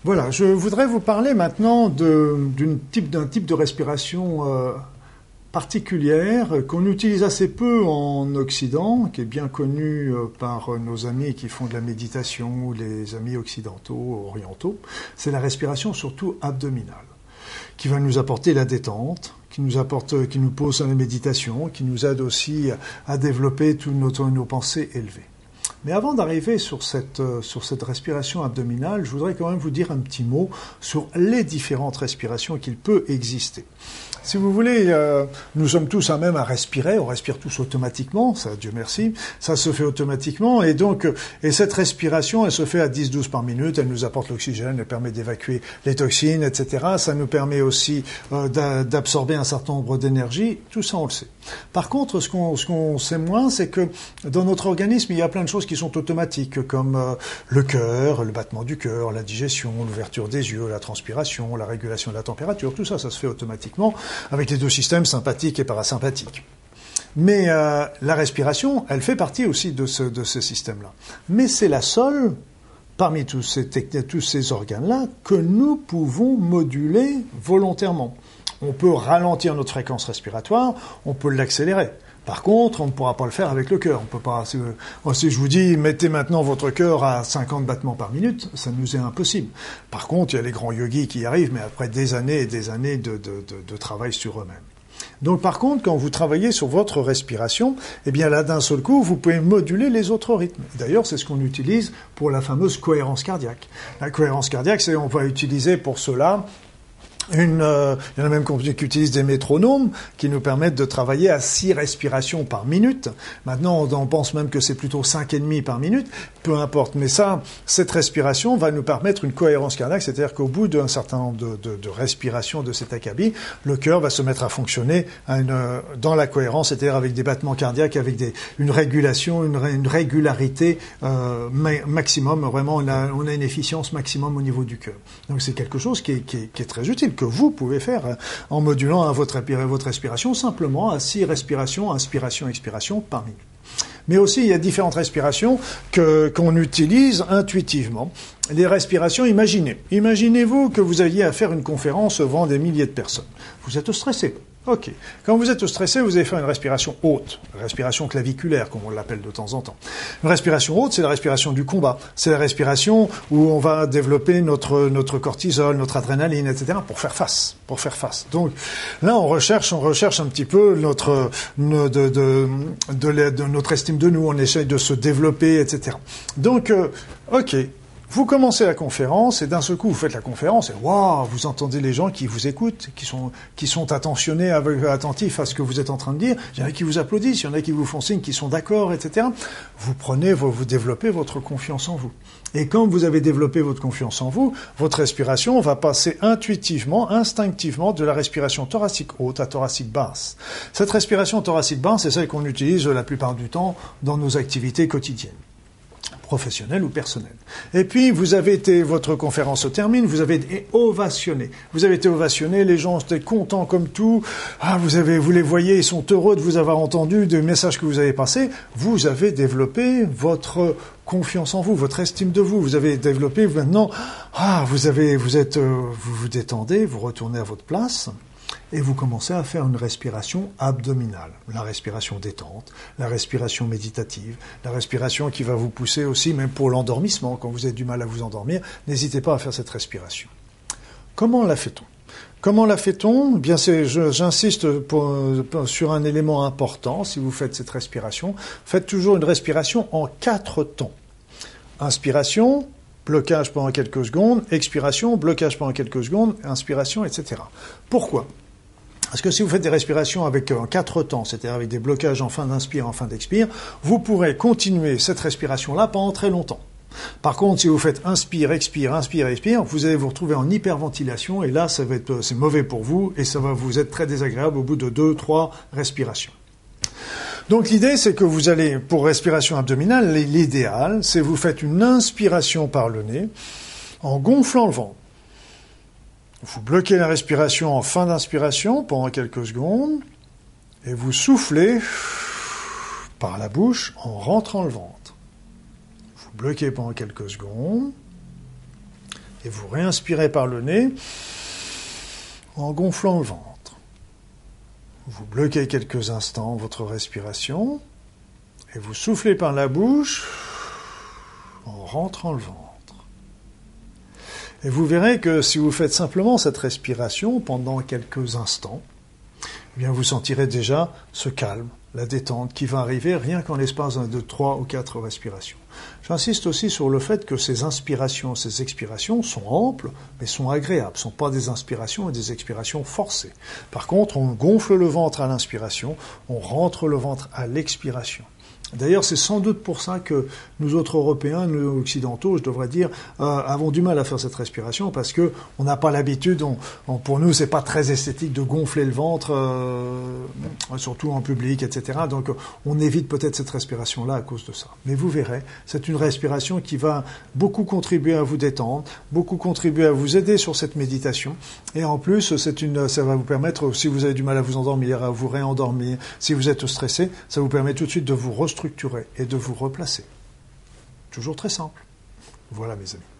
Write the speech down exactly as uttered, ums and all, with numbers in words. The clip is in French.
Voilà, je voudrais vous parler maintenant de, d'une type, d'un type de respiration euh, particulière qu'on utilise assez peu en Occident, qui est bien connu euh, par nos amis qui font de la méditation ou les amis occidentaux, orientaux. C'est la respiration surtout abdominale, qui va nous apporter la détente, qui nous apporte, qui nous pose à la méditation, qui nous aide aussi à développer toutes nos, nos pensées élevées. Mais avant d'arriver sur cette, sur cette respiration abdominale, je voudrais quand même vous dire un petit mot sur les différentes respirations qu'il peut exister. Si vous voulez, euh, nous sommes tous à même à respirer, on respire tous automatiquement, ça, Dieu merci, ça se fait automatiquement, et donc, et cette respiration, elle se fait à dix à douze par minute, elle nous apporte l'oxygène, elle permet d'évacuer les toxines, et cetera. Ça nous permet aussi euh, d'absorber un certain nombre d'énergie, tout ça on le sait. Par contre, ce qu'on, ce qu'on sait moins, c'est que dans notre organisme, il y a plein de choses qui sont automatiques, comme euh, le cœur, le battement du cœur, la digestion, l'ouverture des yeux, la transpiration, la régulation de la température, tout ça, ça se fait automatiquement, avec les deux systèmes sympathiques et parasympathiques. Mais euh, la respiration, elle fait partie aussi de ce, de ce système-là. Mais c'est la seule, parmi tous ces, tous ces organes-là, que nous pouvons moduler volontairement. On peut ralentir notre fréquence respiratoire, on peut l'accélérer. Par contre, on ne pourra pas le faire avec le cœur. On peut pas. Si, si je vous dis, mettez maintenant votre cœur à cinquante battements par minute, ça nous est impossible. Par contre, il y a les grands yogis qui y arrivent, mais après des années et des années de, de, de, de travail sur eux-mêmes. Donc, par contre, quand vous travaillez sur votre respiration, eh bien là, d'un seul coup, vous pouvez moduler les autres rythmes. D'ailleurs, c'est ce qu'on utilise pour la fameuse cohérence cardiaque. La cohérence cardiaque, c'est on va utiliser pour cela. Une, euh, il y en a même qui utilisent des métronomes qui nous permettent de travailler à six respirations par minute. Maintenant, on, on pense même que c'est plutôt cinq et demi par minute. Peu importe. Mais ça, cette respiration va nous permettre une cohérence cardiaque, c'est-à-dire qu'au bout d'un certain nombre de, de, de respirations de cet acabit, le cœur va se mettre à fonctionner à une, dans la cohérence, c'est-à-dire avec des battements cardiaques, avec des, une régulation, une, une régularité euh, ma- maximum. Vraiment, on a, on a une efficience maximum au niveau du cœur. Donc, c'est quelque chose qui est, qui est, qui est très utile, que vous pouvez faire en modulant votre, votre respiration simplement à six respirations, inspiration, expiration par minute. Mais aussi, il y a différentes respirations que, qu'on utilise intuitivement. Les respirations imaginées. Imaginez-vous que vous ayez à faire une conférence devant des milliers de personnes. Vous êtes stressé. Ok. Quand vous êtes stressé, vous allez faire une respiration haute, respiration claviculaire, comme on l'appelle de temps en temps. Une respiration haute, c'est la respiration du combat. C'est la respiration où on va développer notre notre cortisol, notre adrénaline, et cetera pour faire face, pour faire face. Donc là, on recherche, on recherche un petit peu notre de de de, de, de notre estime de nous. On essaye de se développer, et cetera. Donc, euh, ok. Vous commencez la conférence et d'un seul coup vous faites la conférence et waouh, vous entendez les gens qui vous écoutent, qui sont qui sont attentionnés, avec, attentifs à ce que vous êtes en train de dire. Il y en a qui vous applaudissent, il y en a qui vous font signe, qui sont d'accord, et cetera. Vous prenez, vous, vous développez votre confiance en vous. Et quand vous avez développé votre confiance en vous, votre respiration va passer intuitivement, instinctivement de la respiration thoracique haute à thoracique basse. Cette respiration thoracique basse, c'est celle qu'on utilise la plupart du temps dans nos activités quotidiennes, professionnel ou personnel. Et puis, vous avez été, votre conférence se termine, vous avez été ovationné. Vous avez été ovationné, les gens étaient contents comme tout. Ah, vous avez, vous les voyez, ils sont heureux de vous avoir entendu, des messages que vous avez passés. Vous avez développé votre confiance en vous, votre estime de vous. Vous avez développé maintenant, ah, vous avez, vous êtes, vous vous détendez, vous retournez à votre place. Et vous commencez à faire une respiration abdominale, la respiration détente, la respiration méditative, la respiration qui va vous pousser aussi, même pour l'endormissement, quand vous avez du mal à vous endormir, n'hésitez pas à faire cette respiration. Comment la fait-on ? Comment la fait-on ? Eh bien, c'est, je, j'insiste pour, pour, sur un élément important, si vous faites cette respiration, faites toujours une respiration en quatre temps. Inspiration, blocage pendant quelques secondes, expiration, blocage pendant quelques secondes, inspiration, et cetera. Pourquoi ? Parce que si vous faites des respirations avec euh, quatre temps, c'est-à-dire avec des blocages en fin d'inspire, en fin d'expire, vous pourrez continuer cette respiration-là pendant très longtemps. Par contre, si vous faites inspire, expire, inspire, expire, vous allez vous retrouver en hyperventilation et là, ça va être, c'est mauvais pour vous et ça va vous être très désagréable au bout de deux, trois respirations. Donc l'idée, c'est que vous allez, pour respiration abdominale, l'idéal, c'est que vous faites une inspiration par le nez en gonflant le ventre. Vous bloquez la respiration en fin d'inspiration pendant quelques secondes et vous soufflez par la bouche en rentrant le ventre. Vous bloquez pendant quelques secondes Et vous réinspirez par le nez en gonflant le ventre. Vous bloquez quelques instants votre respiration et vous soufflez par la bouche en rentrant le ventre. Et vous verrez que si vous faites simplement cette respiration pendant quelques instants, eh bien vous sentirez déjà ce calme, la détente qui va arriver rien qu'en l'espace de trois ou quatre respirations. J'insiste aussi sur le fait que ces inspirations, ces expirations sont amples, mais sont agréables. Ce ne sont pas des inspirations et des expirations forcées. Par contre, on gonfle le ventre à l'inspiration, on rentre le ventre à l'expiration. D'ailleurs, c'est sans doute pour ça que nous autres Européens, nous occidentaux, je devrais dire, euh, avons du mal à faire cette respiration parce que on n'a pas l'habitude. On, on, pour nous, c'est pas très esthétique de gonfler le ventre, euh, surtout en public, et cetera. Donc, on évite peut-être cette respiration-là à cause de ça. Mais vous verrez, c'est une respiration qui va beaucoup contribuer à vous détendre, beaucoup contribuer à vous aider sur cette méditation. Et en plus, c'est une, ça va vous permettre, si vous avez du mal à vous endormir, à vous réendormir, si vous êtes stressé, ça vous permet tout de suite de vous restructurer et de vous replacer. Toujours très simple. Voilà mes amis.